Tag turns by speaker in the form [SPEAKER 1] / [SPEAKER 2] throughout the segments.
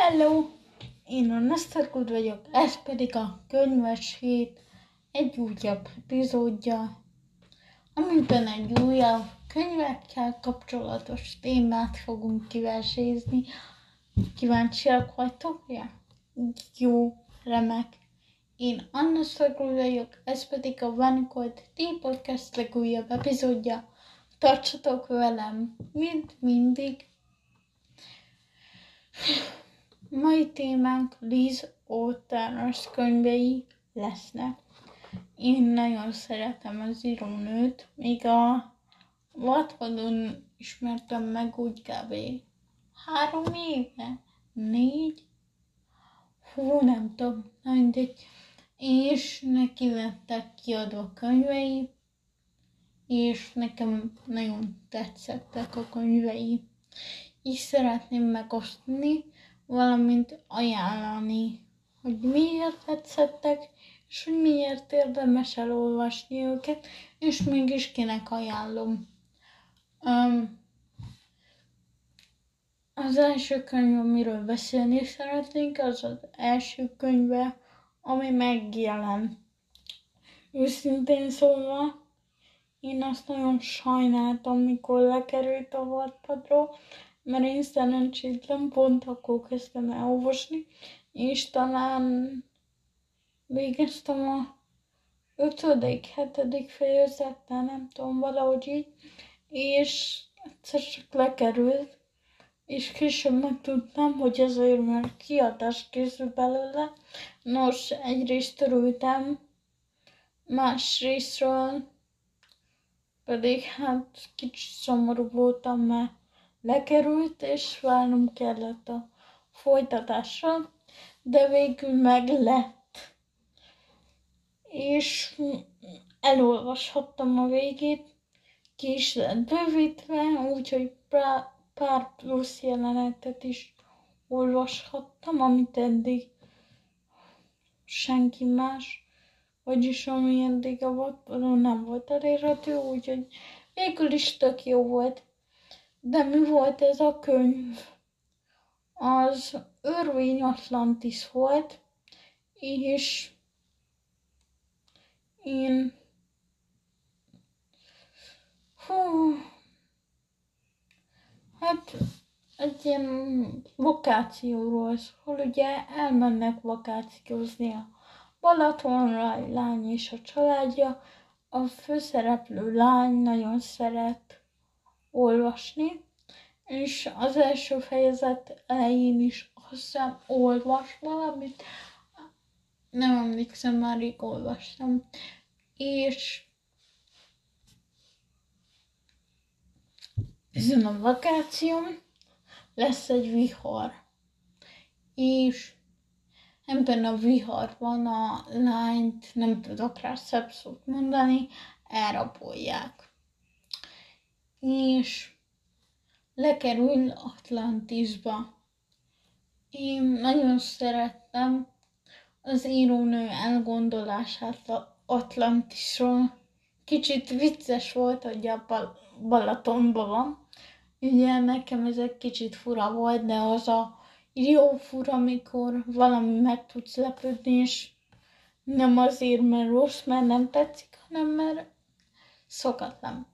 [SPEAKER 1] Hello! Én a Neszterkud vagyok, ez pedig a Könyves Hét egy újabb epizódja, amiben egy újabb könyvekkel kapcsolatos témát fogunk kivesézni. Kíváncsiak vagytok rá? Jó, remek. Én Anna Szargul vagyok, ez pedig a One Cold Tea Podcast legújabb epizódja. Tartsatok velem, mint mindig. Mai témánk Liz O'Connor könyvei lesznek. Én nagyon szeretem az írónőt, még a Wattpadon ismertem meg úgy kb. 3 éve, 4, nem tudom, mindegy. És neki lettek kiadva könyvei, és nekem nagyon tetszettek a könyvei. És szeretném megosztani, valamint ajánlani, hogy miért tetszettek, és hogy miért érdemes elolvasni őket, és mégis kinek ajánlom. Az első könyv, amiről beszélni szeretnénk, az az első könyve, ami megjelent. Őszintén szólva, én azt nagyon sajnáltam, mikor lekerült a Wattpadról, mert én szerencsétlen pont akkor kezdtem elolvasni, és talán végeztem a 5.-7. fejezettel, nem tudom, valahogy így, és egyszer csak lekerült, és később megtudtam, hogy azért, mert kiadás készül belőle. Nos, egyrészt örültem, másrésztről pedig hát kicsit szomorú voltam, mert lekerült, és várnom kellett a folytatásra, de végül meg lett. És elolvashattam a végét, ki is lett bővítve, úgyhogy pár plusz jelenetet is olvashattam, amit eddig senki más, vagyis ami eddig a Wattpadon nem volt elérhető, úgyhogy végül is tök jó volt. De mi volt ez a könyv? Az Örvény Atlantis volt, és én hát egy ilyen vakációról szól, ugye elmennek vakációzni a Balatonra, egy lány és a családja. A főszereplő lány nagyon szeret olvasni, és az első fejezet elején is azt hiszem olvas valamit, nem emlékszem, már rég olvastam, és ezen a vakáción lesz egy vihar, és ebben a viharban a lányt, nem tudok rá szebb szót mondani, elrabolják. És lekerül Atlantisba. Én nagyon szerettem az írónő elgondolását Atlantisról. Kicsit vicces volt, hogy a Balatonban van. Ugye nekem ez egy kicsit fura volt, de az a jó fura, amikor valami meg tudsz lepődni, és nem azért, mert rossz, mert nem tetszik, hanem mert szokatlan.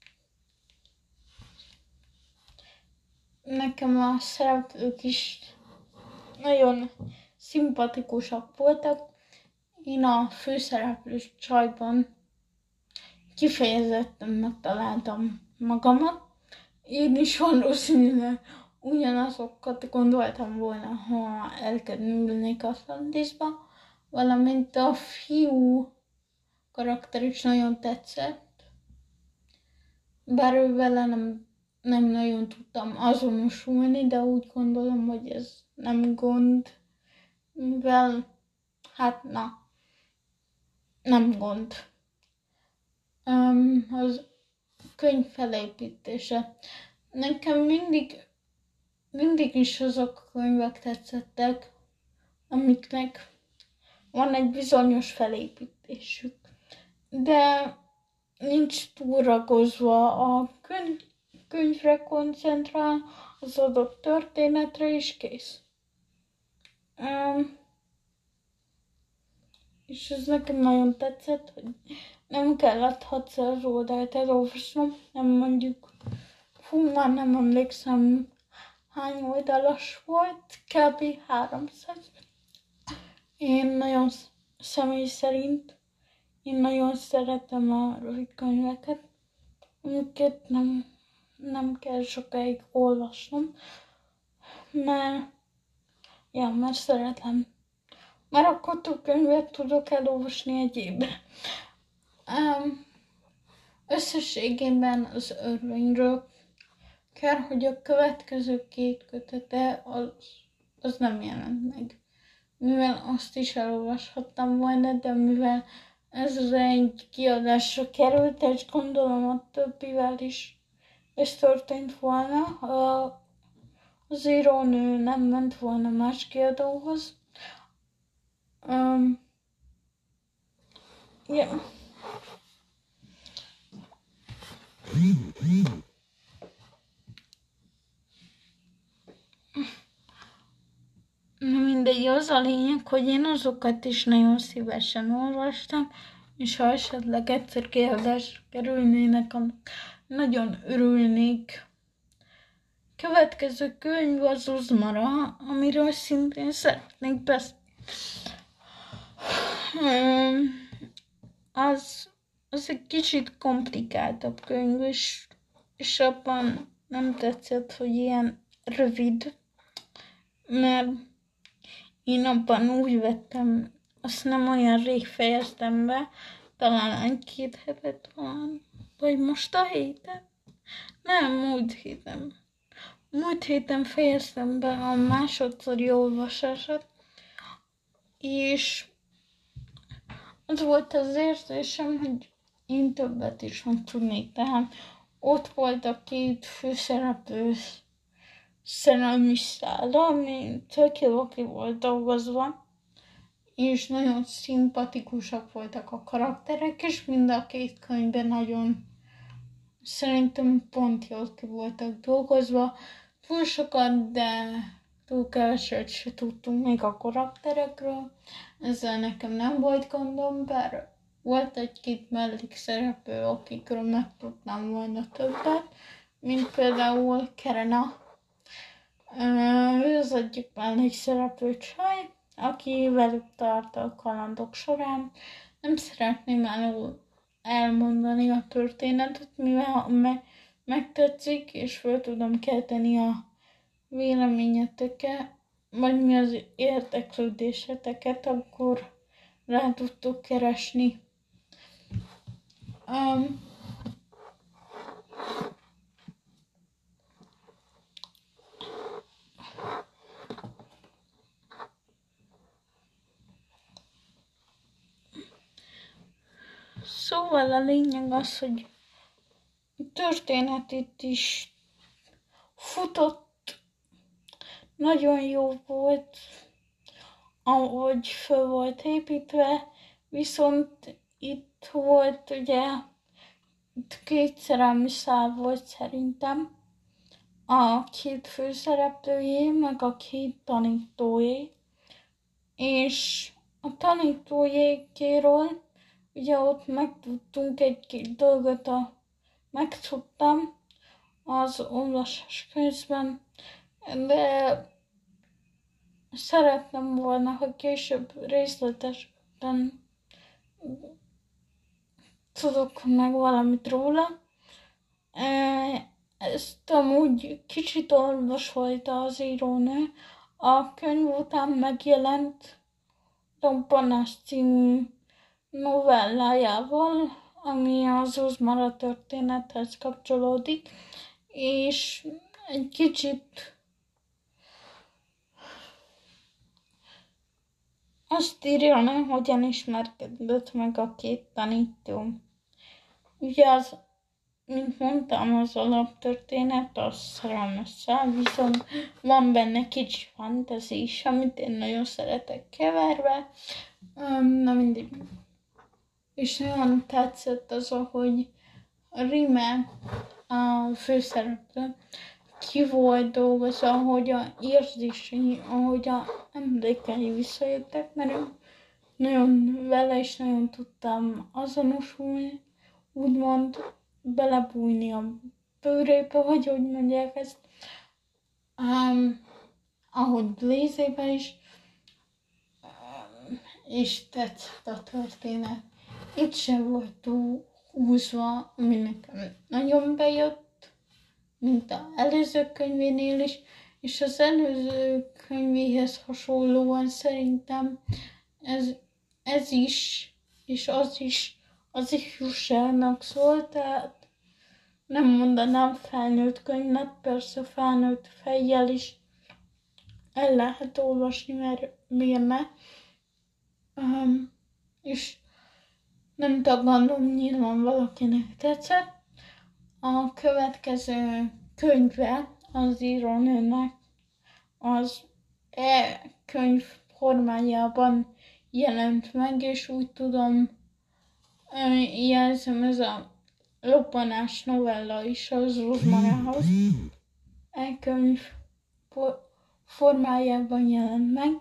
[SPEAKER 1] Nekem a szereplők is nagyon szimpatikusak voltak. Én a főszereplős csajban kifejezetten megtaláltam magamat. Én is valószínűleg ugyanazokat gondoltam volna, ha elkerülnék Atlantisba, valamint a fiú karakter is nagyon tetszett. Bár ő vele nem nagyon tudtam azonosulni, de úgy gondolom, hogy ez nem gond, mivel nem gond. Az könyv felépítése. Nekem mindig is azok a könyvek tetszettek, amiknek van egy bizonyos felépítésük, de nincs túlragozva a könyvre koncentrál, az adott történetre is kész. És ez nekem nagyon tetszett, hogy nem kellett 600 oldalt elolvasnom, nem mondjuk, már nem emlékszem hány oldalas volt, kb. 300. Én nagyon személy szerint, én nagyon szeretem a rövid könyveket, amiket nem kell sokáig olvasnom, mert szeretem. Mert akkor több könyvet tudok elolvasni egy évben. Összességében az örvényről kell, hogy a következő 2 kötete az nem jelent meg. Mivel azt is elolvashattam volna, de mivel ez egy kiadásra került, és gondolom a többivel is ez történt volna, az írónő nem ment volna más kiadóhoz. Yeah. Mindegy, az a lényeg, hogy én azokat is nagyon szívesen olvastam, és ha esetleg egyszer kiadásra kerülnének, nagyon örülnék. Következő könyv az Uzmara, amiről szintén szeretnék beszélni. Az egy kicsit komplikáltabb könyv, és abban nem tetszett, hogy ilyen rövid, mert én abban úgy vettem, azt nem olyan rég fejeztem be, talán 2 hetet van, vagy most a héten? Nem, múlt héten. Múlt héten fejeztem be a másodszori olvasását, és az volt az érzésem, hogy én többet is meg tudnék. Tehát ott volt a 2 főszereplő szerelmi szála, ami tök jól ki volt dolgozva, és nagyon szimpatikusak voltak a karakterek, és mind a 2 könyvben nagyon szerintem pont jól ki voltak dolgozva. Túl sokat, de túl keveset se tudtunk még a karakterekről. Ezzel nekem nem volt gondom, bár volt 1-2 mellékszereplő, akikről megtudtam volna többet, mint például Kerena. Ő az egyik mellékszereplő csaj, aki velük tart a kalandok során. Nem szeretném elmondani a történetet, mivel megtetszik, és föl tudom kelteni a véleményeteket, vagy mi az érdeklődéseteket, akkor rá tudtuk keresni. Szóval a lényeg az, hogy a történet itt is futott, nagyon jó volt, ahogy föl volt építve, viszont itt volt ugye, itt 2 szerelmi szál volt szerintem, a 2 főszereplőjé, meg a 2 tanítójé, és a tanítójékéről ugye ott megtudtunk 1-2 dolgot, megtudtam az olvasás közben, de szeretném volna, hogy később részletesben tudok meg valamit róla. Ezt amúgy kicsit olvasolta az írónő. A könyv után megjelent Panasz című novellájával, ami az Uzmara történethez kapcsolódik, és egy kicsit azt írja le, hogyan ismerkedett meg a 2 tanító. Ugye az, mint mondtam, az alaptörténet, az szerelmes szál, viszont van benne kicsi fantasy is, amit én nagyon szeretek keverve. Na mindig. És nagyon tetszett az, ahogy a Rime, a főszereplő, ki volt dolgozva, ahogy a érzései, ahogy a emlékei visszajöttek, mert nagyon vele is nagyon tudtam azonosulni, úgymond belebújni a bőrébe, vagy hogy mondják ezt. Ahogy Blaze-ben is, és tetszett a történet. Itt sem volt túl húzva, ami nekem nagyon bejött, mint az előző könyvénél is, és az előző könyvéhez hasonlóan szerintem ez is, és az ifjúságnak szól, tehát nem mondanám felnőtt könyvnek, persze felnőtt fejjel is el lehet olvasni, mert miért ne. És nem tagadom, nyilván valakinek tetszett. A következő könyve az írónőnek az e-könyv formájában jelent meg, és úgy tudom, jelzem, ez a Lobbanás novella is az Rozmarához e-könyv formájában jelent meg.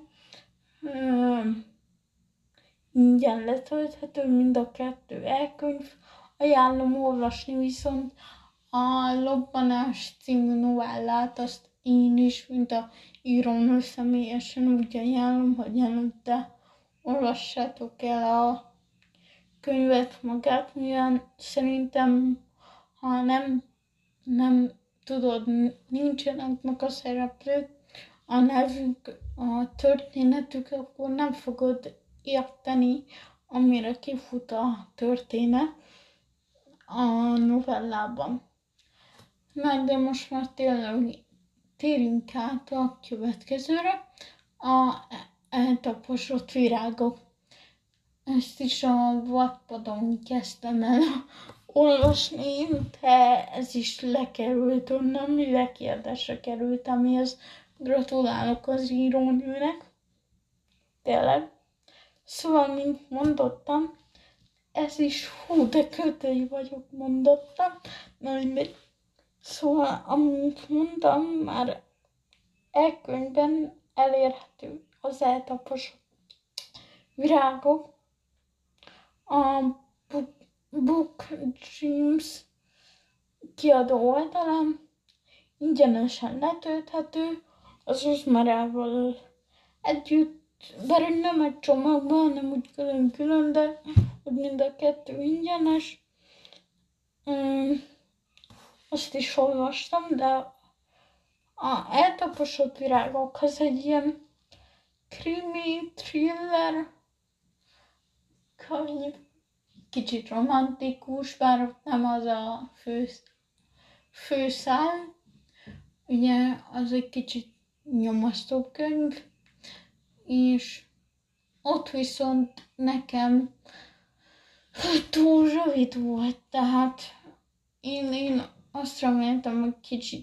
[SPEAKER 1] Ingyen letölthető mind a kettő e-könyv. Ajánlom olvasni viszont a Lobbanás című novellát, azt én is, mint a írónő személyesen úgy ajánlom, hogy előtte olvassátok el a könyvet magát, mivel szerintem, ha nem tudod, nincsenek meg a szereplők, a nevük, a történetük, akkor nem fogod érteni, amire kifut a történet a novellában. Na, de most már tényleg térjünk át a következőre, a eltaposott virágok. Ezt is a Wattpadon kezdtem el olvasni, de ez is lekerült onnan, mivel kérdésre került, amihez gratulálok az írónőnek. Tényleg. Szóval, mint mondottam, ez is de kötői vagyok, mondottam. Na mindegy. Szóval, amint mondtam, már e-könyvben elérhető az eltaposott virágok. A Book Dreams kiadó oldalán ingyenesen letölthető, az Rozmarával együtt, bár nem egy csomagban, hanem úgy külön-külön, de úgy mind a kettő ingyenes. Azt is olvastam, de a eltaposott virágok az egy ilyen krimi, thriller könyv, kicsit romantikus, bár nem az a főszál, ugye az egy kicsit nyomasztó könyv, és ott viszont nekem túl rövid volt, tehát én azt reméltem, hogy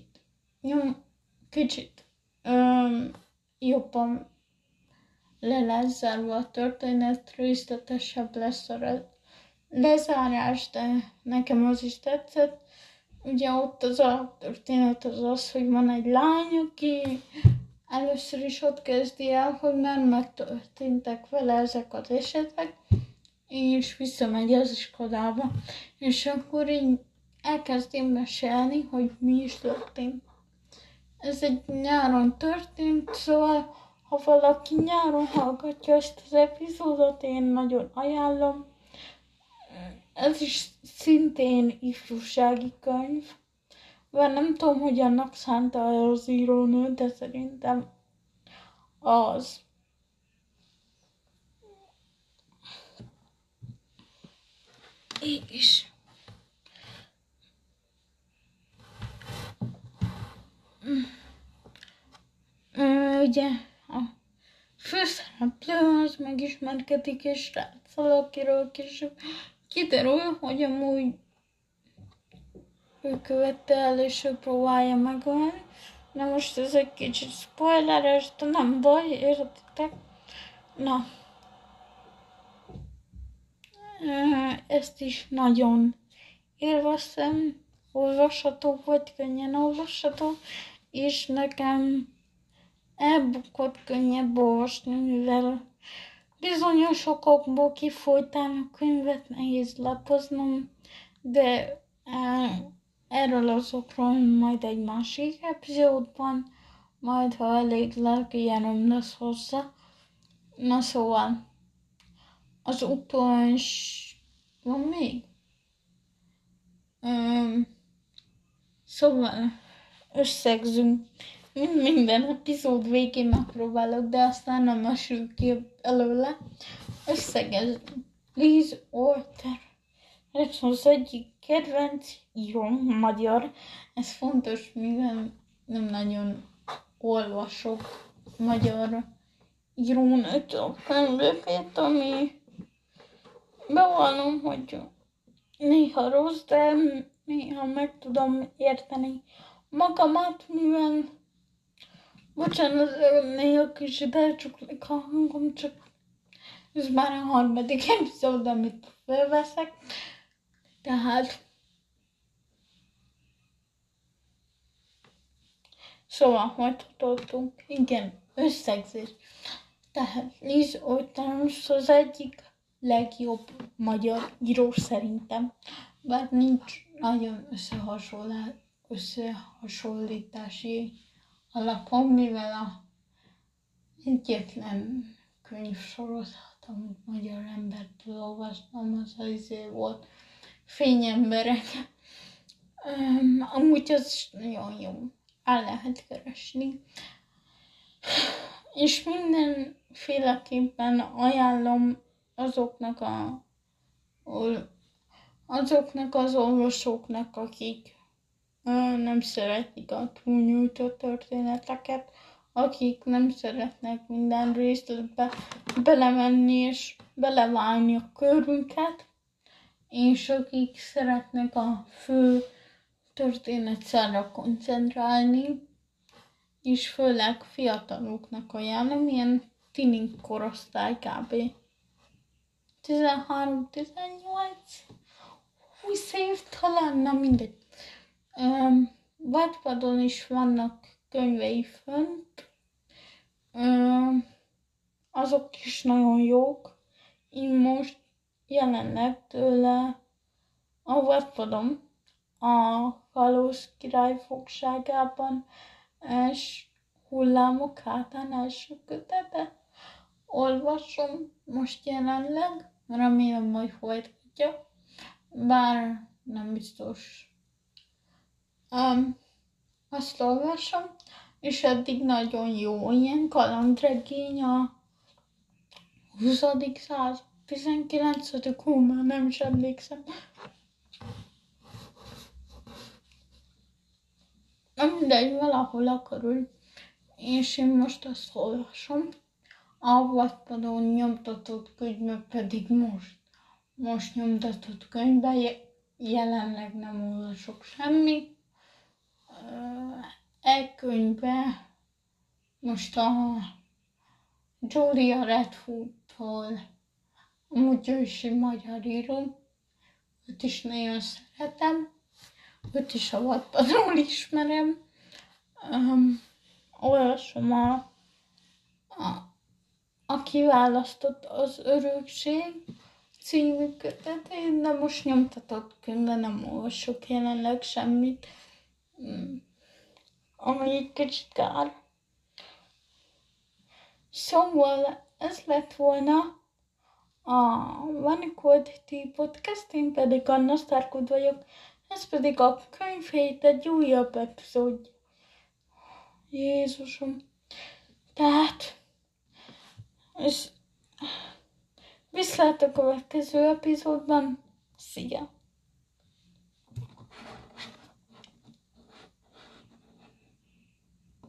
[SPEAKER 1] kicsit jobban le lesz zárva a történet, részletesebb lesz a lezárás, de nekem az is tetszett. Ugye ott az alaptörténet az, hogy van egy lány, aki először is ott kezdi el, hogy már megtörténtek vele ezek az esetek, és visszamegy az iskolába, és akkor így elkezdi mesélni, hogy mi is történt. Ez egy nyáron történt, szóval ha valaki nyáron hallgatja ezt az epizódot, én nagyon ajánlom. Ez is szintén ifjúsági könyv. Bár nem tudom, hogy annak szánta el az írónő, de szerintem az. És ugye a főszereplő az megismerkedik egy sráccal, akiről később kiderül, hogy amúgy ő követte el, és ő próbálja megölni. Na most ez egy kicsit spoileres, de nem baj, értitek? Na. Ezt is nagyon élveztem, olvasható, vagy könnyen olvasható, és nekem e-bookot könnyebb olvasni, mivel bizonyos okokból kifolytán a könyvet nehéz lapoznom, de erről azokról majd egy másik epizódban, majd ha elég lelkijelöm lesz hozzá. Na szóval, az van még? Szóval, összegzünk. Minden epizód végén megpróbálok, de aztán nem mesül ki előle. Összegezünk. Liz Walter. Ez az egyik kedvenc íróm, magyar. Ez fontos, mivel nem nagyon olvasok magyar írónőtől könyveket, ami bevallom, hogy néha rossz, de néha meg tudom érteni magamat, mivel bocsánat, néha kicsit elcsuklik a hangom, csak ez már a harmadik epizód, amit felveszek. Tehát szóval, hogy tartottunk? Igen, összegzés. Tehát Liz Walters az egyik legjobb magyar író szerintem, bár nincs nagyon összehasonlítási alapom, mivel a egyetlen könyvsorozat, amit magyar embertől olvastam, az volt Fényemberek. Amúgy az nagyon jó, el lehet keresni. És mindenféleképpen ajánlom azoknak az olvasóknak, akik nem szeretik a túlnyújtott történeteket, akik nem szeretnek minden részletbe belemenni és beleválni a körünket, és akik szeretnek a fő történetszálra koncentrálni, és főleg fiataloknak ajánlom, ilyen tini korosztály kb. 13-18, 20 év talán, na mindegy. Wattpadon is vannak könyvei fönt, azok is nagyon jók. Én most jelenleg tőle a Wattpadon, a Kalóz király fogságában hullámok hátán első kötetet olvasom most jelenleg, remélem majd folytatja, bár nem biztos. Azt olvasom, és eddig nagyon jó, ilyen kalandregény a 20. század, 19. már nem is emlékszem. Mindegy, valahol a körül, és én most azt olvasom. A Wattpadon nyomtatott könyvbe pedig most nyomtatott könyvben jelenleg nem olvasok semmit. Könyvbe most a Julia Redwood-tól, amúgy ő is egy magyar író, őt is nagyon szeretem, őt is a Wattpadról ismerem. Olvasom a kiválasztott az örökség című kötetét, de most nyomtatott könyvben nem olvasok jelenleg semmit, ami egy kicsit kár. Szóval ez lett volna a Vanikódi Podcast, én pedig Anna Sztárkod vagyok, ez pedig a könyvhét egy újabb epizód. Jézusom. Tehát viszlát a következő epizódban. Szia!